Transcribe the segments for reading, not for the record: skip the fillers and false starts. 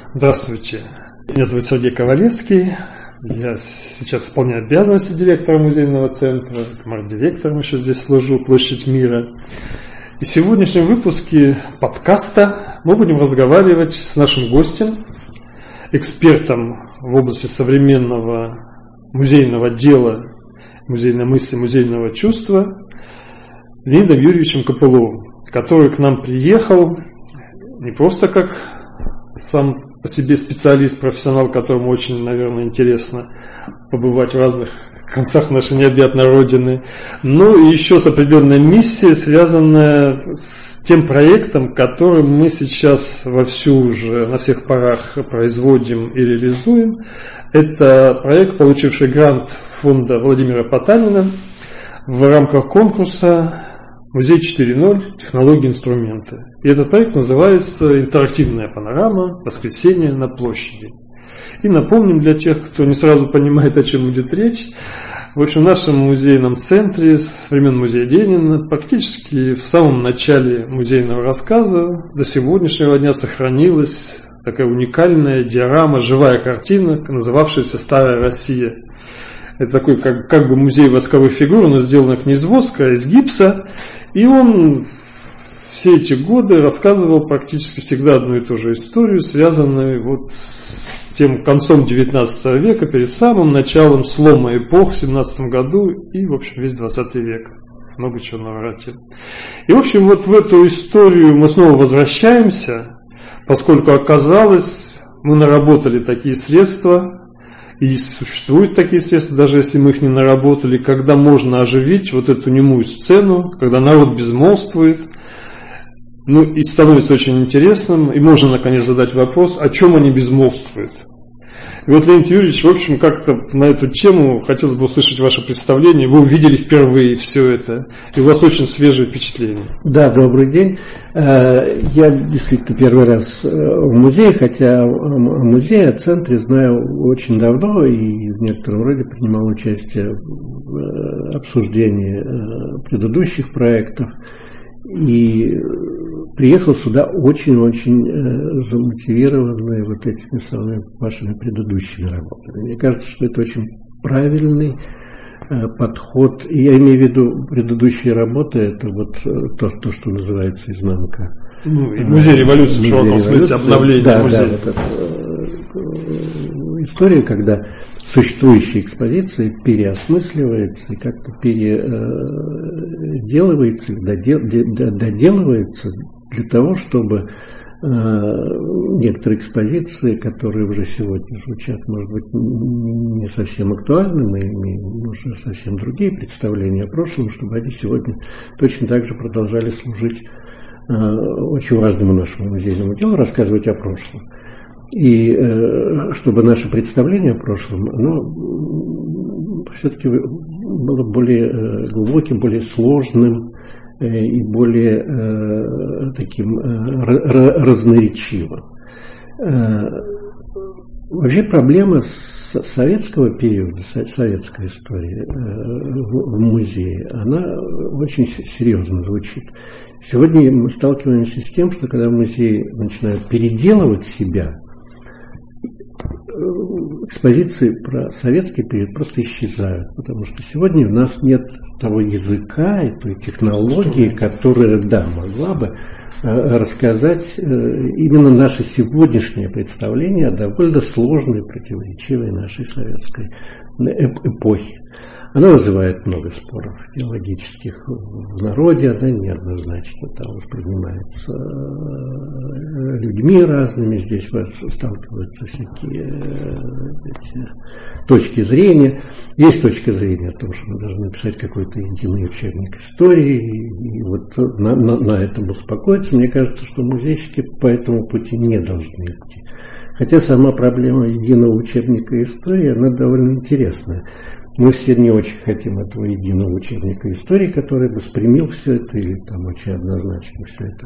Здравствуйте. Меня зовут Сергей Ковалевский. Я сейчас исполняю обязанности директора музейного центра, директором еще здесь служу, Площадь Мира. И в сегодняшнем выпуске подкаста мы будем разговаривать с нашим гостем, экспертом в области современного музейного дела, музейной мысли, музейного чувства, Леонидом Юрьевичем Копыловым, который к нам приехал не просто как сам по себе специалист, профессионал, которому очень, наверное, интересно побывать в разных концах нашей необъятной Родины, но и еще с определенной миссией, связанная с тем проектом, который мы сейчас вовсю уже на всех парах производим и реализуем. Это проект, получивший грант фонда Владимира Потанина в рамках конкурса «Музей 4.0. Технологии и инструменты». И этот проект называется «Интерактивная панорама. Воскресенье на площади». И напомним для тех, кто не сразу понимает, о чем идет речь. В общем, в нашем музейном центре со времен музея Ленина практически в самом начале музейного рассказа до сегодняшнего дня сохранилась такая уникальная диорама, живая картина, называвшаяся «Старая Россия». Это такой как бы музей восковых фигур, но сделанных не из воска, а из гипса. И он все эти годы рассказывал практически всегда одну и ту же историю, связанную вот с тем концом XIX века, перед самым началом слома эпох в 17 году и, в общем, весь 20 век. Много чего наворотил. И, в общем, вот в эту историю мы снова возвращаемся, поскольку оказалось, мы наработали такие средства, и существуют такие средства, даже если мы их не наработали, когда можно оживить вот эту немую сцену, когда народ безмолвствует, ну и становится очень интересным, и можно наконец задать вопрос, о чем они безмолвствуют. И вот, Леонид Юрьевич, в общем, как-то на эту тему хотелось бы услышать ваше представление. Вы увидели впервые все это, и у вас очень свежие впечатления. Да, добрый день. Я действительно первый раз в музее, хотя о музее, о центре знаю очень давно и в некотором роде принимал участие в обсуждении предыдущих проектов. И приехал сюда очень-очень замотивированный вот этими самыми вашими предыдущими работами. Мне кажется, что это очень правильный подход. И я имею в виду предыдущие работы, это вот то что называется изнанка. Ну, и музей революции в широком смысле, обновление музея. Да, вот эта история, когда существующая экспозиция переосмысливается и как-то переделывается, доделывается для того, чтобы некоторые экспозиции, которые уже сегодня звучат, может быть, не совсем актуальны, мы имеем уже совсем другие представления о прошлом, чтобы они сегодня точно так же продолжали служить очень важному нашему музейному делу, рассказывать о прошлом. И чтобы наше представление о прошлом, оно все-таки было более глубоким, более сложным и более таким разноречивым. Вообще проблема советского периода, советской истории в музее, она очень серьезно звучит. Сегодня мы сталкиваемся с тем, что когда музеи начинают переделывать себя, экспозиции про советский период просто исчезают, потому что сегодня у нас нет того языка и той технологии, которая, да, могла бы рассказать именно наше сегодняшнее представление о довольно сложной, противоречивой нашей советской эпохе. Она вызывает много споров идеологических в народе, она неоднозначно там воспринимается людьми разными, здесь сталкиваются всякие точки зрения. Есть точка зрения о том, что мы должны писать какой-то единый учебник истории, и вот на этом успокоиться. Мне кажется, что музейщики по этому пути не должны идти. Хотя сама проблема единого учебника истории, она довольно интересная. Мы все не очень хотим этого единого учебника истории, который бы спрямил все это или там очень однозначно все это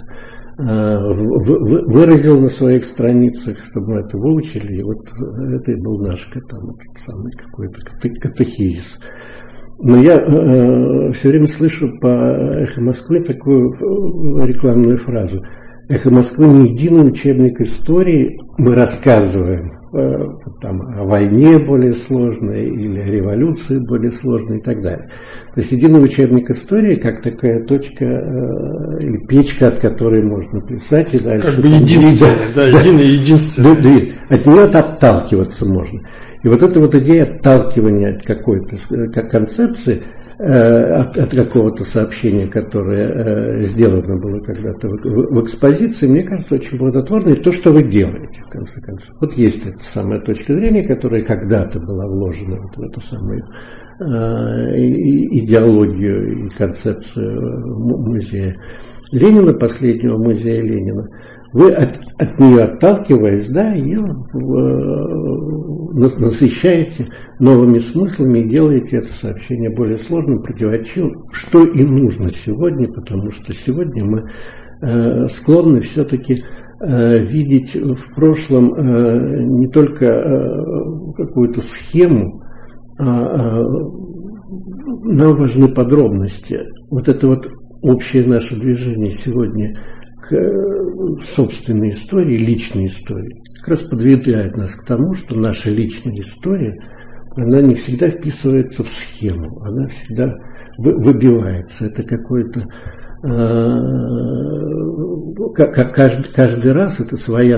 выразил на своих страницах, чтобы мы это выучили. И вот это и был наш самый какой-то катехизис. Но я все время слышу по «Эхо Москвы» такую рекламную фразу: «Эхо Москвы» не единый учебник истории. Мы рассказываем там, о войне более сложной или о революции более сложной и так далее. То есть единый учебник истории как такая точка или печка, от которой можно писать и дальше. Как бы единственное, да, единственное. От нее отталкиваться можно. И вот эта вот идея отталкивания от какой-то концепции, от какого-то сообщения, которое сделано было когда-то в экспозиции, мне кажется, очень плодотворно. И то, что вы делаете, в конце концов. Вот есть эта самая точка зрения, которая когда-то была вложена вот в эту самую идеологию и концепцию музея Ленина, последнего музея Ленина. Вы от нее отталкиваясь, да, ее насыщаете новыми смыслами и делаете это сообщение более сложным, противоречивым, что и нужно сегодня, потому что сегодня мы склонны все-таки видеть в прошлом не только какую-то схему, нам важны подробности. Вот это вот общее наше движение сегодня к собственной истории, личной истории, как раз подвигает нас к тому, что наша личная история, она не всегда вписывается в схему, она всегда выбивается. Это какой-то каждый раз это своя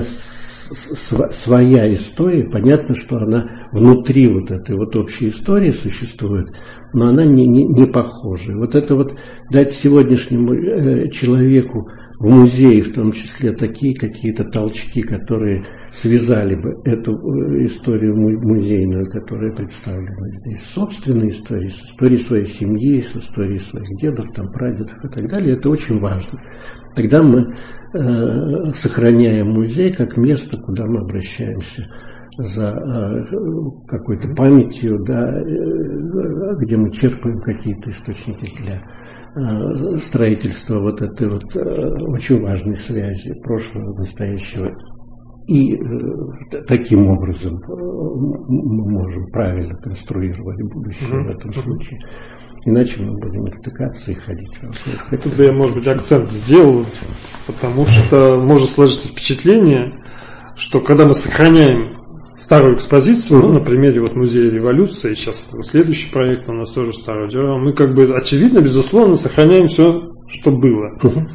история. Понятно, что она внутри вот этой вот общей истории существует, но она не похожа. Вот это вот дать сегодняшнему человеку в музее, в том числе, такие какие-то толчки, которые связали бы эту историю музейную, которая представлена здесь, с собственной историей, с историей своей семьи, с историей своих дедов, там, прадедов и так далее, это очень важно. Тогда мы сохраняем музей как место, куда мы обращаемся за какой-то памятью, да, где мы черпаем какие-то источники для строительства вот этой вот очень важной связи прошлого, настоящего. И таким образом мы можем правильно конструировать будущее в этом случае. Иначе мы будем отвлекаться и ходить. Тут бы я, может быть, акцент сделал, потому что может сложиться впечатление, что когда мы сохраняем старую экспозицию, ну, на примере вот Музея революции, сейчас следующий проект у нас тоже старый, мы как бы, очевидно, безусловно, сохраняем все, что было.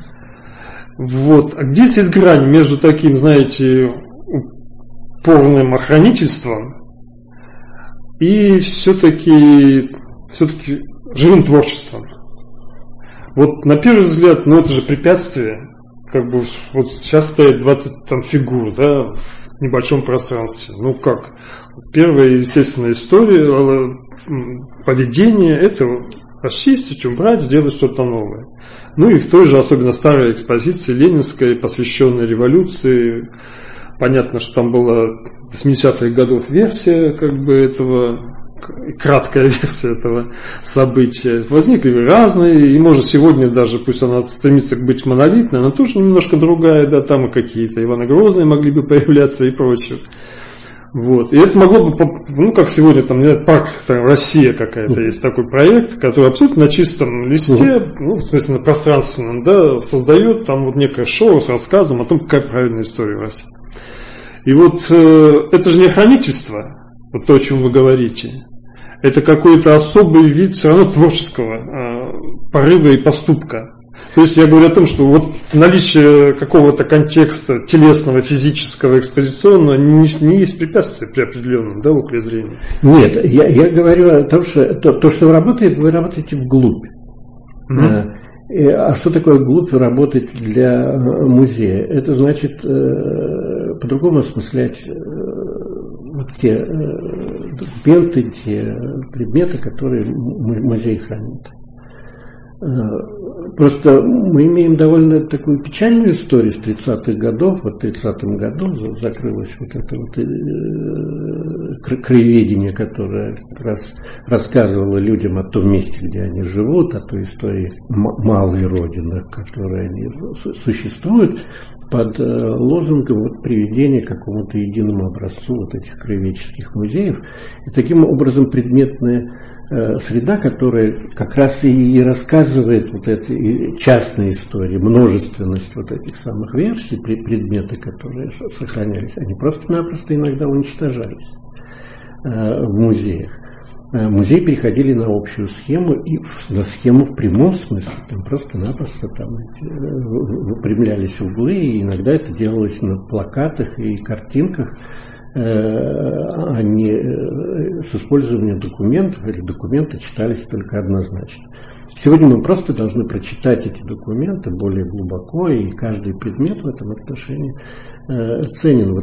Вот. А где здесь грань между таким, знаете, упорным охранительством и все-таки живым творчеством? Вот на первый взгляд, ну это же препятствие, как бы вот сейчас стоит 20 там фигур, да, в небольшом пространстве. Ну как? Первая, естественная история, поведение, это расчистить, убрать, сделать что-то новое. Ну и в той же, особенно старой экспозиции ленинской, посвященной революции, понятно, что там была 80-х годов версия, как бы этого, краткая версия этого события. Возникли разные, и может сегодня даже, пусть она стремится быть монолитной, она тоже немножко другая, да, там и какие-то Иваны Грозные могли бы появляться и прочее. Вот. И это могло бы, ну как сегодня, там, парк там, Россия какая-то есть такой проект, который абсолютно на чистом листе, ну, в смысле на пространственном, да, создает там вот некое шоу с рассказом о том, какая правильная история в России. И вот это же не хранительство, вот то, о чем вы говорите. Это какой-то особый вид все равно творческого порыва и поступка. То есть я говорю о том, что вот наличие какого-то контекста телесного, физического, экспозиционного не есть препятствие при определенном, да, угле зрения. Нет, я говорю о том, что то, что вы работаете вглубь. А что такое вглубь работать для музея? Это значит по-другому осмыслять вот те документы, те предметы, которые музей хранит. Просто мы имеем довольно такую печальную историю с 30-х годов. Вот в 30-м году закрылась вот эта вот краеведения, которое как раз рассказывало людям о том месте, где они живут, о той истории малой родины, в которой они существуют, под лозунгом приведения к какому-то единому образцу этих краеведческих музеев. И таким образом предметная среда, которая как раз и рассказывает эти частные истории, множественность этих самых версий, предметы, которые сохранялись, они просто-напросто иногда уничтожались в музеях. Музеи переходили на общую схему, и на схему в прямом смысле. Там просто-напросто выпрямлялись углы, и иногда это делалось на плакатах и картинках, а не с использованием документов, или документы читались только однозначно. Сегодня мы просто должны прочитать эти документы более глубоко, и каждый предмет в этом отношении ценен.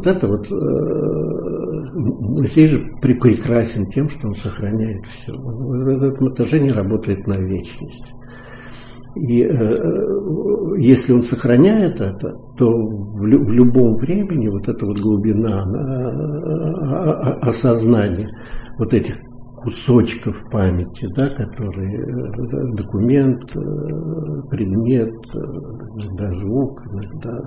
Музей же прекрасен тем, что он сохраняет все. В этом отношении работает на вечность. И если он сохраняет это, то в любом времени эта глубина осознания этих кусочков памяти, которые документ, предмет, иногда звук, иногда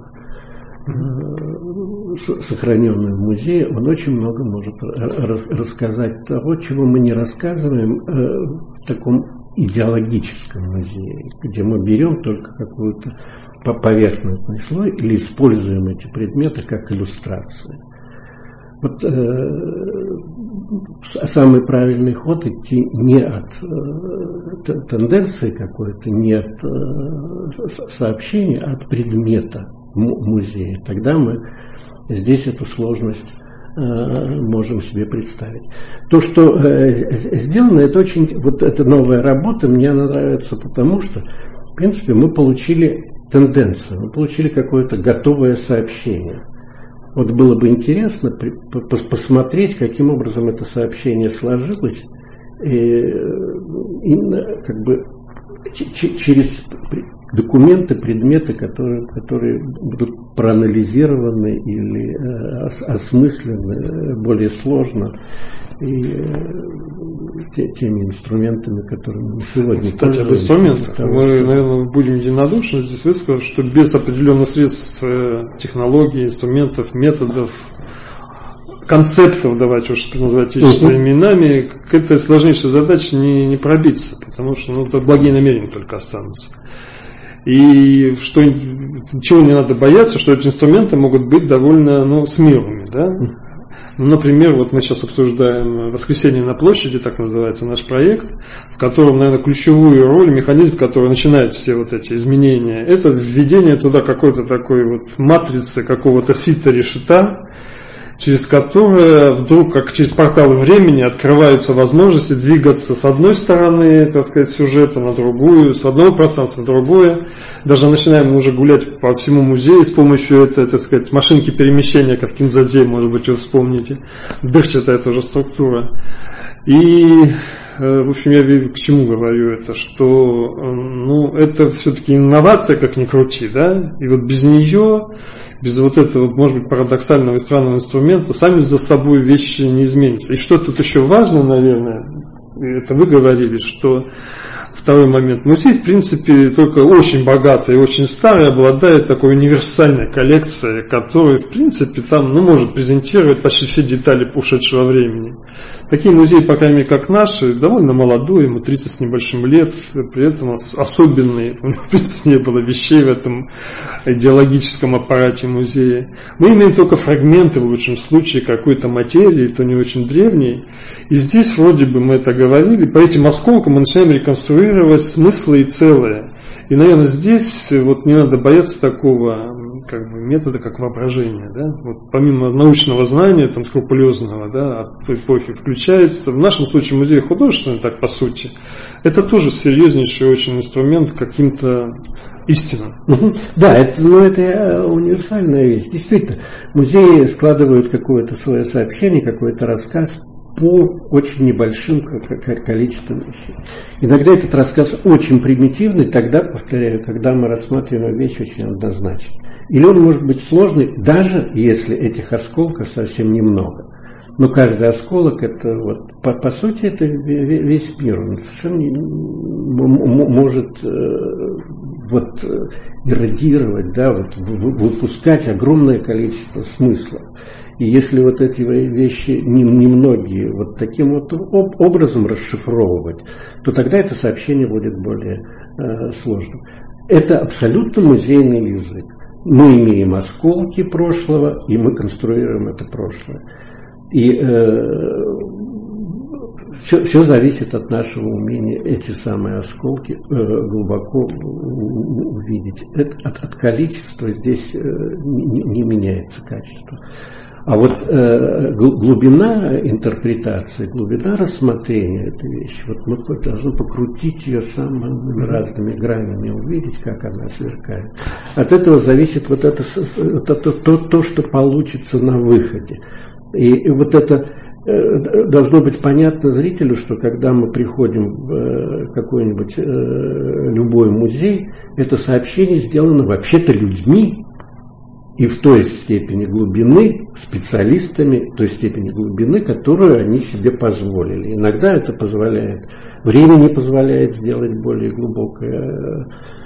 сохраненный в музее, он очень много может рассказать того, чего мы не рассказываем в таком идеологическом музее, где мы берем только какой-то поверхностный слой или используем эти предметы как иллюстрации. Самый правильный ход идти не от тенденции какой-то, не от сообщения, а от предмета музея. Тогда мы здесь эту сложность можем себе представить. То, что сделано, это очень, эта новая работа, мне она нравится, потому что, в принципе, мы получили тенденцию, мы получили какое-то готовое сообщение. Было бы интересно посмотреть, каким образом это сообщение сложилось, именно через документы, предметы, которые будут проанализированы или осмыслены более сложно и теми инструментами, которыми мы сегодня пользуемся. Кстати, об инструментах. Мы, наверное, будем единодушны здесь высказать, что без определенных средств, технологий, инструментов, методов, концептов, давайте уж называть вещи своими именами, к этой сложнейшей задаче не пробиться, потому что это благие намерения только останутся. И чего не надо бояться, что эти инструменты могут быть довольно смелыми, да? Например, мы сейчас обсуждаем «Воскресенье на площади», так называется наш проект, в котором, наверное, ключевую роль, механизм, который начинает все эти изменения, это введение туда какой-то такой матрицы, какого-то сита-решета, через которое вдруг, как через порталы времени, открываются возможности двигаться с одной стороны, сюжета на другую, с одного пространства в другое. Даже начинаем уже гулять по всему музею с помощью этой, машинки перемещения, как в Кинзадзе, может быть, вы вспомните. Дырчатая тоже структура. И, в общем, я к чему говорю это, что, это все-таки инновация, как ни крути, да, и без нее, без этого, может быть, парадоксального и странного инструмента, сами за собой вещи не изменятся. И что тут еще важно, наверное, это вы говорили, что второй момент. Музей, в принципе, только очень богатый и очень старый, обладает такой универсальной коллекцией, которая, в принципе, может презентировать почти все детали ушедшего времени. Такие музеи, по крайней мере, как наши, довольно молодой, ему 30 с небольшим лет, при этом особенные, у него, в принципе, не было вещей в этом идеологическом аппарате музея. Мы имеем только фрагменты, в лучшем случае, какой-то материи, то не очень древней. И здесь, вроде бы, мы это говорили, по этим осколкам мы начинаем реконструировать смыслы и целое. И, наверное, здесь не надо бояться такого метода, как воображение. Да? Помимо научного знания, скрупулезного, да, от эпохи включается, в нашем случае музей художественный, так по сути, это тоже серьезнейший очень инструмент каким-то истинам. Да, это универсальная вещь. Действительно, музеи складывают какое-то свое сообщение, какой-то рассказ по очень небольшим количествам вещей. Иногда этот рассказ очень примитивный, тогда, повторяю, когда мы рассматриваем вещь очень однозначно. Или он может быть сложный, даже если этих осколков совсем немного. Но каждый осколок, это вот, по сути, это весь мир. Он совершенно может вот иррадировать, да, вот, выпускать огромное количество смыслов. И если вот эти вещи немногие вот таким вот образом расшифровывать, то тогда это сообщение будет более сложным. Это абсолютно музейный язык. Мы имеем осколки прошлого, и мы конструируем это прошлое. И все зависит от нашего умения эти самые осколки глубоко увидеть. От количества здесь не меняется качество. А вот глубина интерпретации, глубина рассмотрения этой вещи, вот мы должны покрутить ее самыми разными гранями, увидеть, как она сверкает. От этого зависит вот это то, что получится на выходе. И вот это должно быть понятно зрителю, что когда мы приходим в какой-нибудь любой музей, это сообщение сделано вообще-то людьми, и в той степени глубины, специалистами той степени глубины, которую они себе позволили. Иногда это позволяет, время не позволяет сделать более глубокое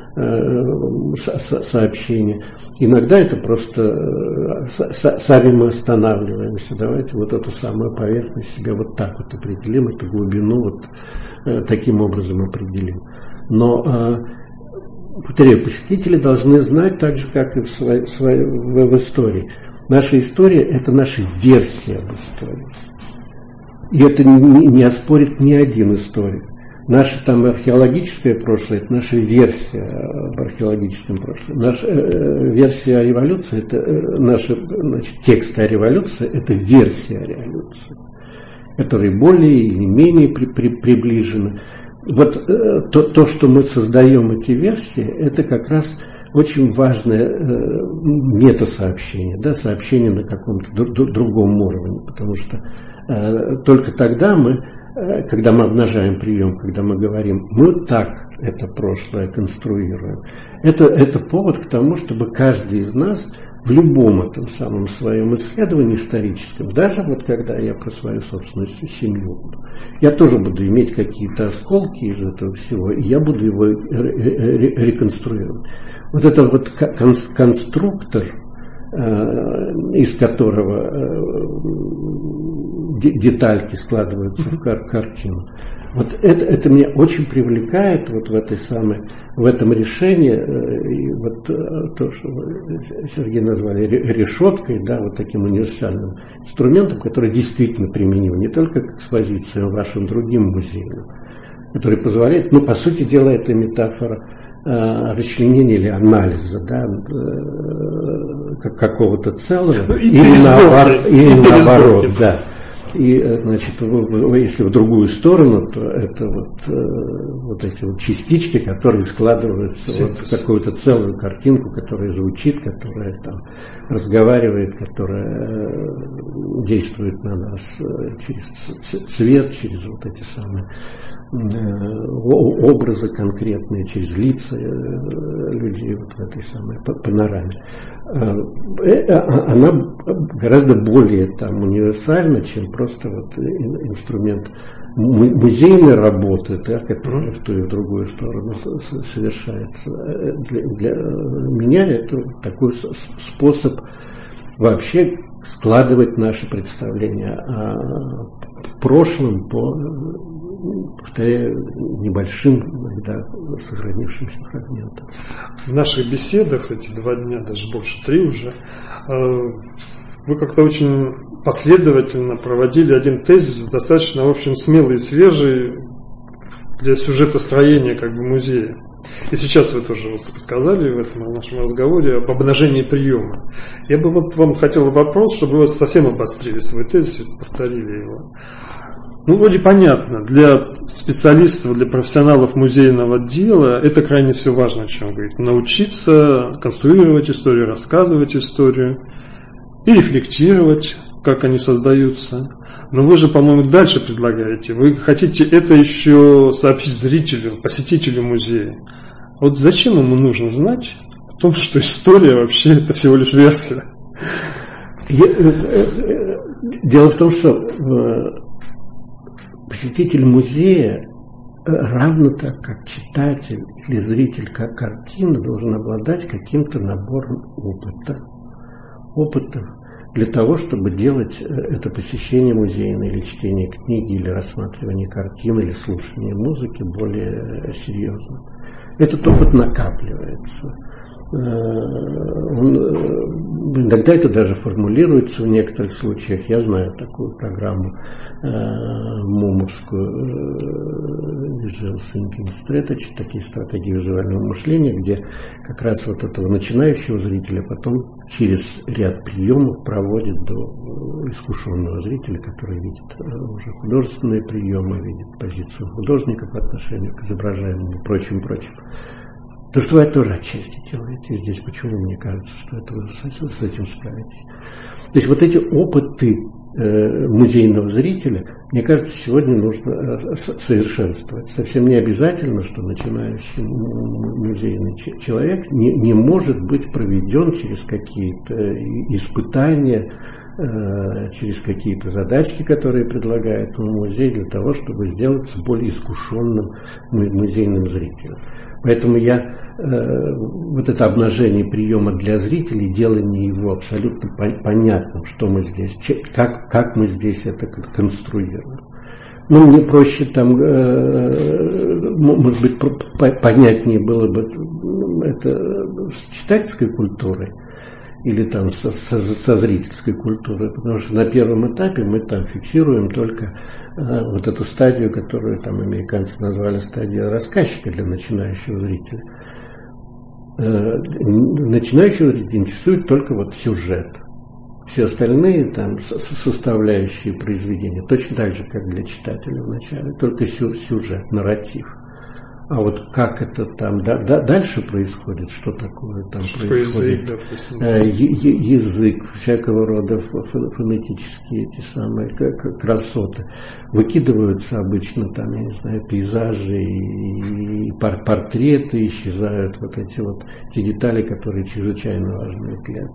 сообщение. Иногда это просто сами мы останавливаемся. Давайте вот эту самую поверхность себе вот так вот определим, эту глубину вот таким образом определим. Но повторяю, посетители должны знать так же, как и в истории. Наша история – это наша версия об истории. И это не оспорит ни один историк. Наше там археологическое прошлое – это наша версия об археологическом прошлом. Наша версия о революции – это наша, значит, текст о революции – это версия о революции, которые более или менее приближены. Вот то, что мы создаем эти версии, это как раз очень важное метасообщение, да, сообщение на каком-то другом уровне, потому что только тогда мы, когда мы обнажаем прием, когда мы говорим, мы так это прошлое конструируем, это повод к тому, чтобы каждый из нас в любом этом самом своем исследовании историческом, даже вот когда я про свою собственную семью, я тоже буду иметь какие-то осколки из этого всего, и я буду его реконструировать. Вот это вот конструктор, из которого детальки складываются в картину. Вот это меня очень привлекает вот в этом решении, и вот то, что Сергей назвали решеткой, да, вот таким универсальным инструментом, который действительно применим не только к экспозициям вашим другим музеям, который позволяет, по сути дела, это метафора расчленения или анализа, да, какого-то целого, или наоборот, да. И, значит, если в другую сторону, то это вот эти вот частички, которые складываются вот в какую-то целую картинку, которая звучит, которая там разговаривает, которая действует на нас через цвет, через вот эти самые образы конкретные, через лица людей вот в этой самой панораме. Она гораздо более там универсальна, чем просто вот инструмент музейной работы, да, который в ту и в другую сторону совершается. Для меня это такой способ вообще складывать наши представления о прошлом по, повторяю, небольшим, иногда сохранившимся фрагментам. В наших беседах, кстати, 2 дня, даже больше 3 уже, вы как-то очень последовательно проводили один тезис, достаточно, в общем, смелый и свежий для сюжетостроения как бы музея. И сейчас вы тоже вот сказали в этом нашем разговоре об обнажении приема. Я бы вот вам хотел вопрос, чтобы вы совсем обострили свой тезис и повторили его. Вроде понятно, для специалистов, для профессионалов музейного дела это крайне все важно, о чем говорить. Научиться конструировать историю, рассказывать историю и рефлектировать, как они создаются. Но вы же, по-моему, дальше предлагаете. Вы хотите это еще сообщить зрителю, посетителю музея. Вот зачем ему нужно знать о том, что история вообще это всего лишь версия? Дело в том, что посетитель музея, равно так, как читатель или зритель как картины, должен обладать каким-то набором опыта для того, чтобы делать это посещение музейное или чтение книги, или рассматривание картин, или слушание музыки более серьезно. Этот опыт накапливается. Иногда это даже формулируется в некоторых случаях. Я знаю такую программу мумовскую Visual Thinking Strategy, такие стратегии визуального мышления, где как раз вот этого начинающего зрителя потом через ряд приемов проводит до искушенного зрителя, который видит уже художественные приемы, видит позицию художника по отношению к изображаемому и прочим. То, что вы это тоже отчасти делаете здесь, почему мне кажется, что это вы с этим справитесь. То есть вот эти опыты музейного зрителя, мне кажется, сегодня нужно совершенствовать. Совсем не обязательно, что начинающий музейный человек не может быть проведен через какие-то испытания, через какие-то задачки, которые предлагает музей, для того, чтобы сделаться более искушенным музейным зрителем. Поэтому я вот это обнажение приема для зрителей, делание его абсолютно понятным, что мы здесь, как мы здесь это конструируем. Ну, мне проще там, может быть, понятнее было бы это с читательской культурой или там со зрительской культурой, потому что на первом этапе мы там фиксируем только вот эту стадию, которую там американцы назвали стадией рассказчика для начинающего зрителя. Начинающего зрителя интересует только вот сюжет. Все остальные там составляющие произведения точно так же, как для читателя вначале, только сюжет, нарратив. А вот как это там дальше происходит, что такое там что происходит, язык, всякого рода фонетические эти самые красоты, выкидываются обычно там, я не знаю, пейзажи и портреты, исчезают вот эти вот те детали, которые чрезвычайно важны для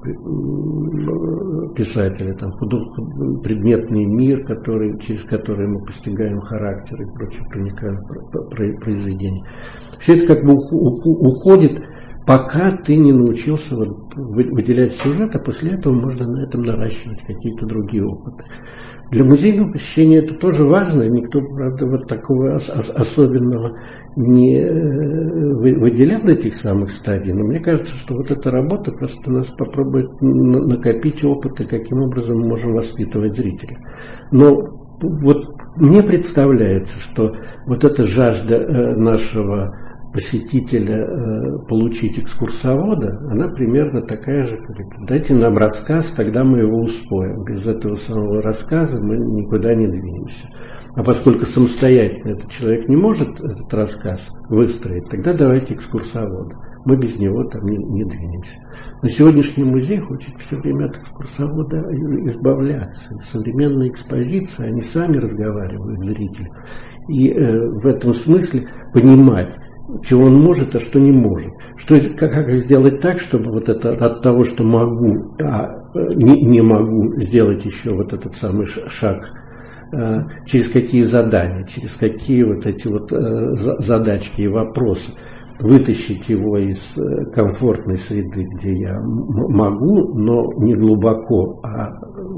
писателя, там предметный мир, через который мы постигаем характер и прочее, проникаем в произведение. Все это как бы уходит, пока ты не научился выделять сюжет, а после этого можно на этом наращивать какие-то другие опыты. Для музейного посещения это тоже важно, никто, правда, вот такого особенного не выделял этих самых стадий, но мне кажется, что вот эта работа просто нас попробует накопить опыт, и каким образом мы можем воспитывать зрителя. Но вот мне представляется, что вот эта жажда нашего посетителя получить экскурсовода, она примерно такая же, как дайте нам рассказ, тогда мы его усвоим. Без этого самого рассказа мы никуда не двинемся. А поскольку самостоятельно этот человек не может этот рассказ выстроить, тогда давайте экскурсовода. Мы без него там не двинемся. Но сегодняшний музей хочет все время от экскурсовода избавляться. Современные экспозиции, они сами разговаривают с зрителем. И в этом смысле понимать, чего он может, а что не может. Как сделать так, чтобы вот это от того, что могу, а не могу сделать еще вот этот самый шаг, через какие задания, через какие вот эти вот задачки и вопросы, вытащить его из комфортной среды, где я могу, но не глубоко, а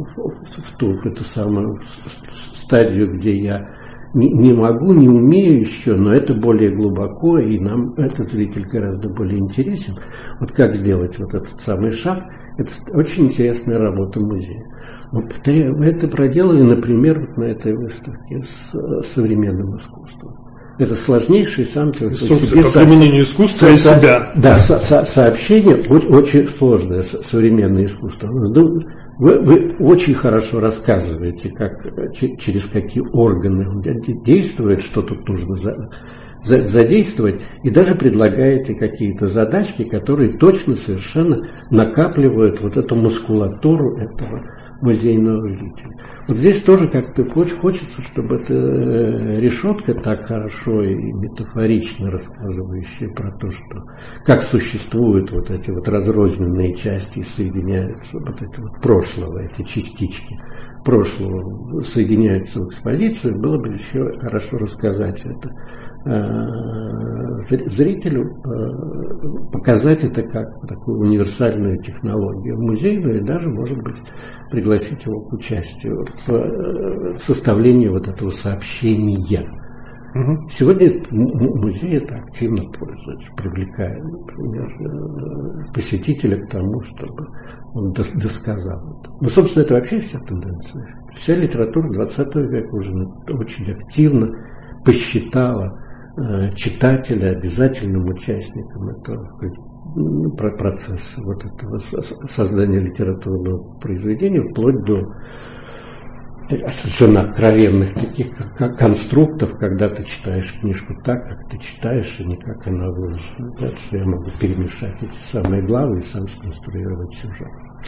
в эту самую стадию, где я не могу, не умею еще, но это более глубоко, и нам этот зритель гораздо более интересен. Вот как сделать вот этот самый шаг, это очень интересная работа музея. Вот, повторяю, мы это проделали, например, вот на этой выставке с современным искусством. Это сложнейший сам по себе по применению искусства и себя. Да, сообщение очень сложное, современное искусство. Вы очень хорошо рассказываете, через какие органы он действует, что тут нужно задействовать, и даже предлагаете какие-то задачки, которые точно совершенно накапливают вот эту мускулатуру этого музейного зрителя. Вот здесь тоже как-то хочется, чтобы эта решетка так хорошо и метафорично рассказывающая про то, что как существуют вот эти вот разрозненные части и соединяются вот эти вот прошлого, эти частички прошлого соединяются в экспозицию, было бы еще хорошо рассказать это зрителю, показать это как такую универсальную технологию музейную и даже, может быть, пригласить его к участию в составлении вот этого сообщения. Угу. Сегодня музей это активно пользуется, привлекая, например, посетителя к тому, чтобы он досказал это. Ну, собственно, это вообще вся тенденция. Вся литература 20 века уже очень активно посчитала читателя обязательным участником этого процесса, вот этого создания литературного произведения, вплоть до совершенно откровенных таких конструктов, когда ты читаешь книжку так, как ты читаешь, и не как она выложена. Да, что я могу перемешать эти самые главы и сам сконструировать сюжет.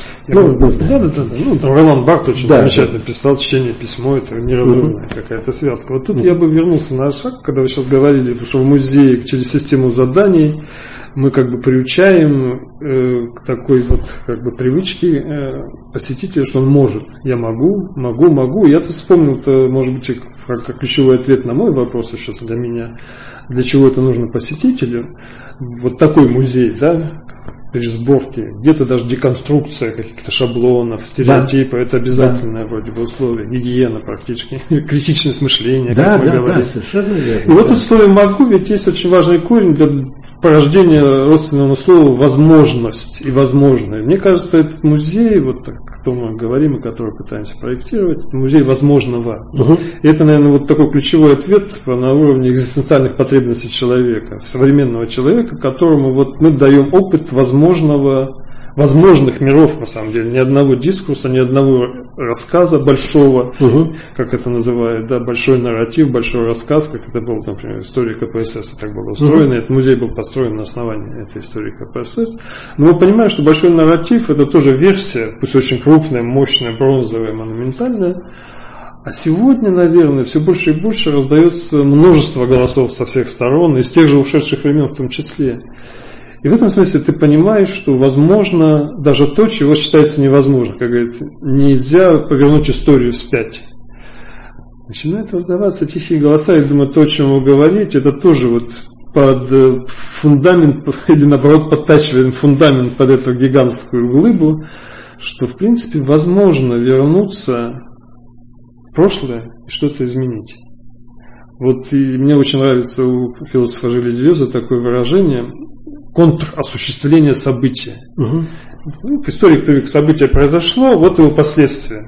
Ролан Барт очень замечательно писал «Чтение письмо», это неразрывная какая-то связка. Вот тут я бы вернулся на шаг, когда вы сейчас говорили, что в музее через систему заданий мы как бы приучаем к такой вот как бы привычке посетителя, что он может. Я могу. Я тут вспомнил, может быть, как ключевой ответ на мой вопрос еще для меня, для чего это нужно посетителю. Вот такой музей, да, пересборки, где-то даже деконструкция каких-то шаблонов, стереотипов, да. Это обязательное вроде бы условие, гигиена практически, критичность мышления, как мы говорим. Да, совершенно верно. И вот в слове «могу» ведь есть очень важный корень для порождения родственного слова «возможность» и «возможное». Мне кажется, этот музей, вот о котором мы говорим и который пытаемся проектировать, это музей возможного. Угу. И это, наверное, вот такой ключевой ответ на уровне экзистенциальных потребностей человека, современного человека, которому вот мы даем опыт возможных миров, на самом деле, ни одного дискурса, ни одного рассказа большого, как это называют, да, большой нарратив, большой рассказ, как это было, например, история КПСС, так было устроено, этот музей был построен на основании этой истории КПСС. Но мы понимаем, что большой нарратив это тоже версия, пусть очень крупная, мощная, бронзовая, монументальная. А сегодня, наверное, все больше и больше раздается множество голосов со всех сторон, из тех же ушедших времен в том числе. И в этом смысле ты понимаешь, что возможно даже то, чего считается невозможно. Как говорит, нельзя повернуть историю вспять. Начинают раздаваться тихие голоса, я думаю, то, о чем вы говорите, это тоже вот под фундамент, или наоборот подтачиваем фундамент под эту гигантскую глыбу, что в принципе возможно вернуться в прошлое и что-то изменить. Вот и мне очень нравится у философа Жиля Делеза такое выражение контросуществление события. В истории событие произошло, вот его последствия.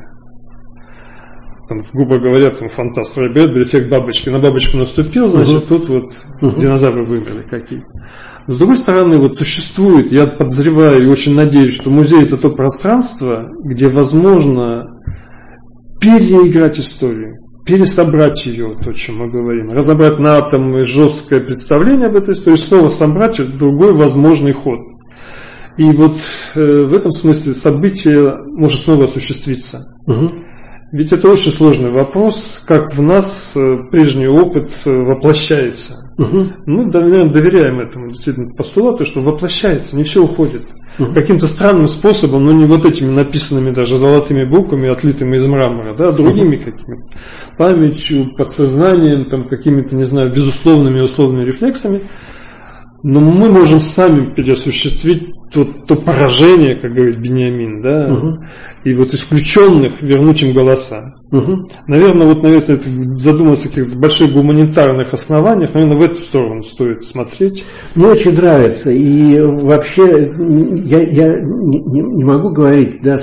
Там, грубо говоря, там фантаст Брэдбери, эффект бабочки. На бабочку наступил, значит, тут вот динозавры вымерли какие-то. Но с другой стороны, вот существует, я подозреваю и очень надеюсь, что музей это то пространство, где возможно переиграть историю. Пересобрать ее, то, о чем мы говорим, разобрать на атомы жесткое представление об этой истории, снова собрать другой возможный ход. И вот в этом смысле событие может снова осуществиться. Ведь это очень сложный вопрос, как в нас прежний опыт воплощается. Мы, наверное, доверяем этому действительно постулату, что воплощается, не все уходит. Каким-то странным способом, но не вот этими написанными даже золотыми буквами, отлитыми из мрамора, да, другими какими-то памятью, подсознанием, там, какими-то, не знаю, безусловными и условными рефлексами. Но мы можем сами переосуществить то поражение, как говорит Бениамин, да, и вот исключенных вернуть им голоса. Наверное, задуматься о таких больших гуманитарных основаниях, наверное, в эту сторону стоит смотреть. Мне очень нравится. И вообще я не могу говорить, да,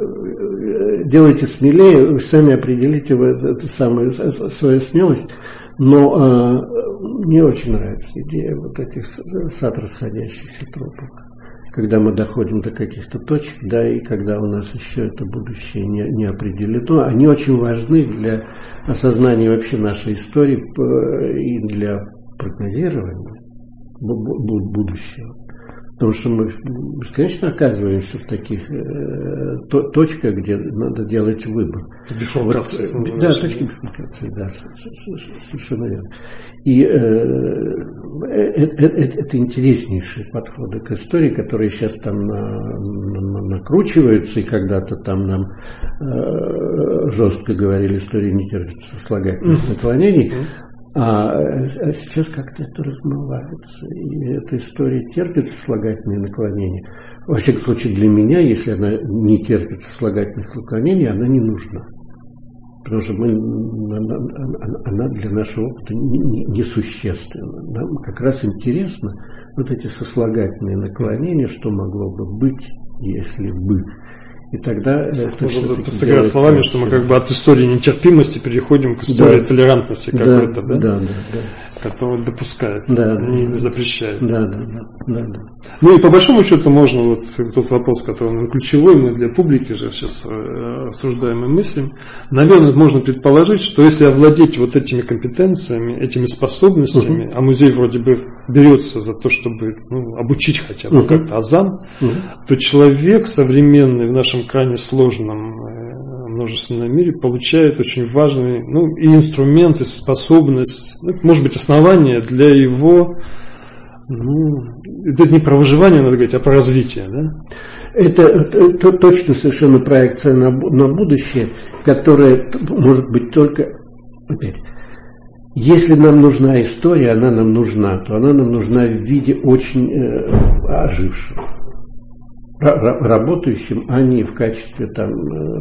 делайте смелее, вы сами определите эту самую свою смелость. Но мне очень нравится идея вот этих сад расходящихся тропок, когда мы доходим до каких-то точек, да, и когда у нас еще это будущее не определено. Они очень важны для осознания вообще нашей истории и для прогнозирования будущего. Потому что мы бесконечно оказываемся в таких точках, где надо делать выбор. Бифуркации. Да, точки бифуркации, да, совершенно верно. И это интереснейшие подходы к истории, которые сейчас там накручиваются, и когда-то там нам жестко говорили, история не терпит сослагательных наклонений. А сейчас как-то это размывается. И эта история терпит сослагательные наклонения. Во всяком случае, для меня, если она не терпит сослагательных наклонений, она не нужна. Потому что она для нашего опыта несущественна. Нам как раз интересно вот эти сослагательные наклонения, что могло бы быть, если бы. И тогда можно сыграть словами, что мы как бы от истории нетерпимости переходим к истории толерантности какой-то, да? Которая допускает, не запрещает. Да. Ну и по большому счету можно, вот тот вопрос, который ключевой, мы для публики же сейчас обсуждаем и мыслим, наверное, можно предположить, что если овладеть вот этими компетенциями, этими способностями, а музей вроде бы берется за то, чтобы обучить хотя бы как-то азам, то человек современный в нашем крайне сложном множественном мире получает очень важный и инструмент, и способность, может быть, основание для его, это не про выживание, надо говорить, а про развитие, да? Это точно совершенно проекция на будущее, которая может быть только, опять, если нам нужна история, она нам нужна, то она нам нужна в виде очень ожившего, работающим, а не в качестве там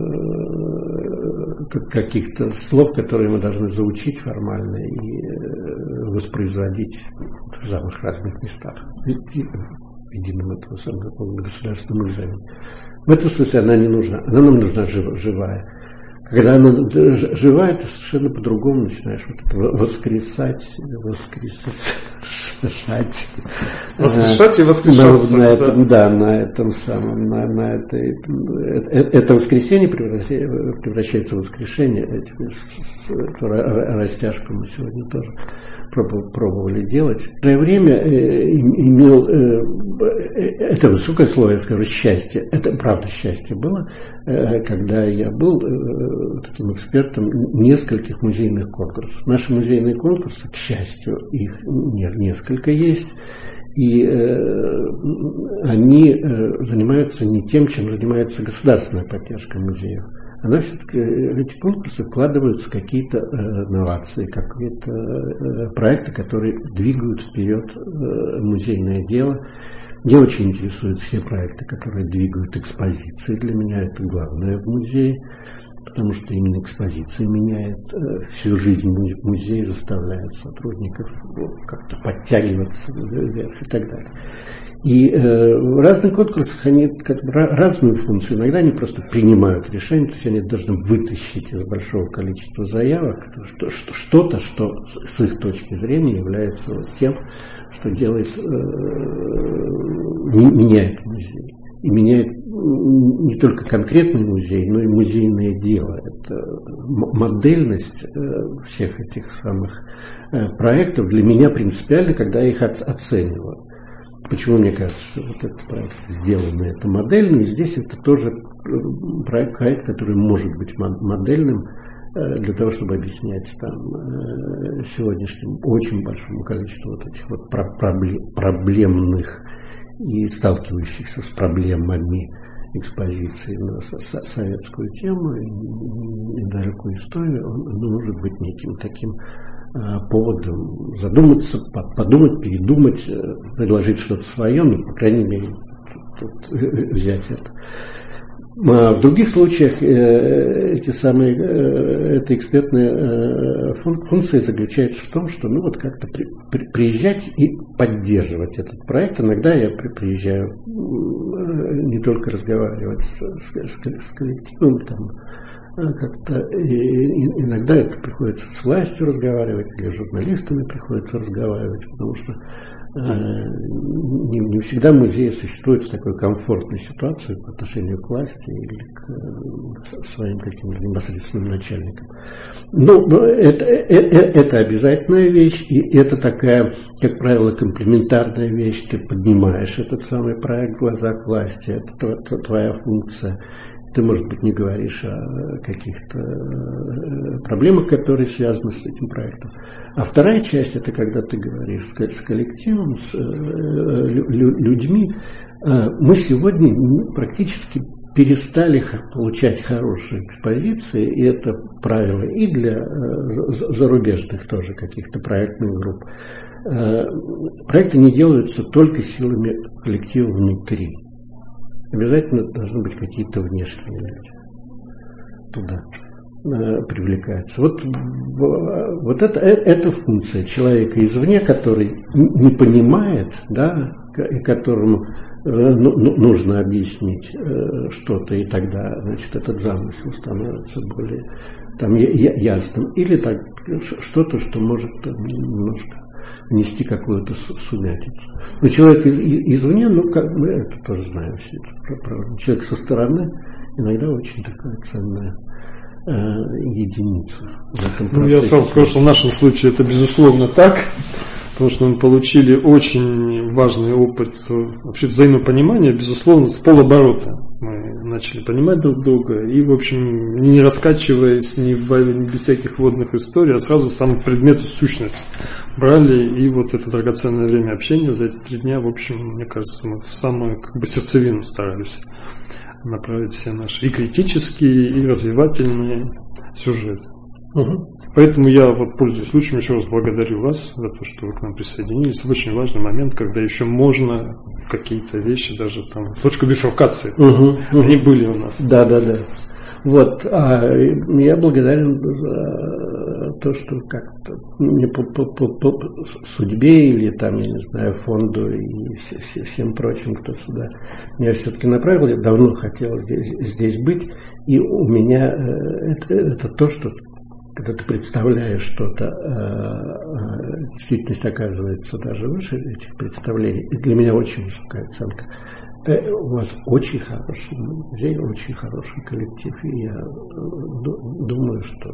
каких-то слов, которые мы должны заучить формально и воспроизводить в самых разных местах в едином этого самого государственном экзамене. В этом смысле она не нужна. Она нам нужна живая. Когда она живая, ты совершенно по-другому начинаешь воскрешать и воскрешаться. Это воскресенье превращается в воскрешение. Эту растяжку мы сегодня тоже пробовали делать. В свое время имел, это высокое слово, я скажу, счастье. Это правда счастье было, когда я был таким экспертом нескольких музейных конкурсов. Наши музейные конкурсы, к счастью, их несколько есть. И они занимаются не тем, чем занимается государственная поддержка музеев. Она все-таки, эти конкурсы вкладываются в какие-то новации, какие-то проекты, которые двигают вперед музейное дело. Меня очень интересуют все проекты, которые двигают экспозиции. Для меня это главное в музее, потому что именно экспозиция меняет всю жизнь музея, заставляет сотрудников как-то подтягиваться вверх и так далее. И в разных конкурсах они разную функцию. Иногда они просто принимают решение, то есть они должны вытащить из большого количества заявок что-то, что с их точки зрения является тем, что делает, меняет музей. И меняет не только конкретный музей, но и музейное дело. Это модельность всех этих самых проектов для меня принципиально, когда я их оцениваю. Почему мне кажется, что вот этот проект сделанный, это модельный, и здесь это тоже проект, который может быть модельным для того, чтобы объяснять там сегодняшнему очень большому количеству вот этих вот проблемных и сталкивающихся с проблемами экспозиции на советскую тему и далекую историю, он может быть неким таким поводом задуматься, подумать, передумать, предложить что-то свое, ну, по крайней мере, взять это. А в других случаях эта экспертная функция заключается в том, что вот как-то приезжать и поддерживать этот проект. Иногда я приезжаю не только разговаривать с коллективом, как-то иногда это приходится с властью разговаривать, или с журналистами приходится разговаривать, потому что Не всегда музей существует в такой комфортной ситуации по отношению к власти или к своим каким-то непосредственным начальникам. Но это обязательная вещь, и это такая, как правило, комплементарная вещь. Ты поднимаешь этот самый проект в глазах власти, это твоя функция. Ты, может быть, не говоришь о каких-то проблемах, которые связаны с этим проектом. А вторая часть – это когда ты говоришь с коллективом, с людьми. Мы сегодня практически перестали получать хорошие экспозиции, и это правило и для зарубежных тоже каких-то проектных групп. Проекты не делаются только силами коллектива внутри. Обязательно должны быть какие-то внешние люди. Туда привлекаются. Вот это функция человека извне, который не понимает, да, и которому нужно объяснить что-то, и тогда, значит, этот замысел становится более ясным. Или так, что-то, что может немножко внести какую-то сумятицу. Но человек извне, мы это тоже знаем все это, правда. Человек со стороны иногда очень такая ценная единица. Я сразу скажу, что в нашем случае это безусловно так, потому что мы получили очень важный опыт вообще взаимопонимания, безусловно, с полоборота. Мы начали понимать друг друга и, в общем, не раскачиваясь, без всяких вводных историй, а сразу сам предмет и сущность брали, и вот это драгоценное время общения за эти 3 дня, в общем, мне кажется, мы в самую сердцевину старались направить все наши и критические, и развивательные сюжеты. Поэтому я, пользуясь случаем, еще раз благодарю вас за то, что вы к нам присоединились. Это очень важный момент, когда еще можно какие-то вещи, даже там, точку бифуркации, они были у нас. Да. Я благодарен за то, что как-то мне по судьбе или там, я не знаю, фонду и всем прочим, кто сюда меня все-таки направил, я давно хотел здесь быть, и у меня это то, что когда ты представляешь что-то, действительность оказывается даже выше этих представлений. И для меня очень высокая оценка. У вас очень хороший музей, очень хороший коллектив. И я думаю, что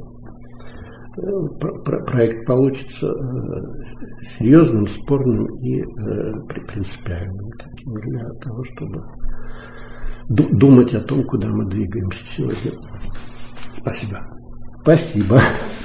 проект получится серьезным, спорным и принципиальным для того, чтобы думать о том, куда мы двигаемся сегодня. Спасибо. Спасибо.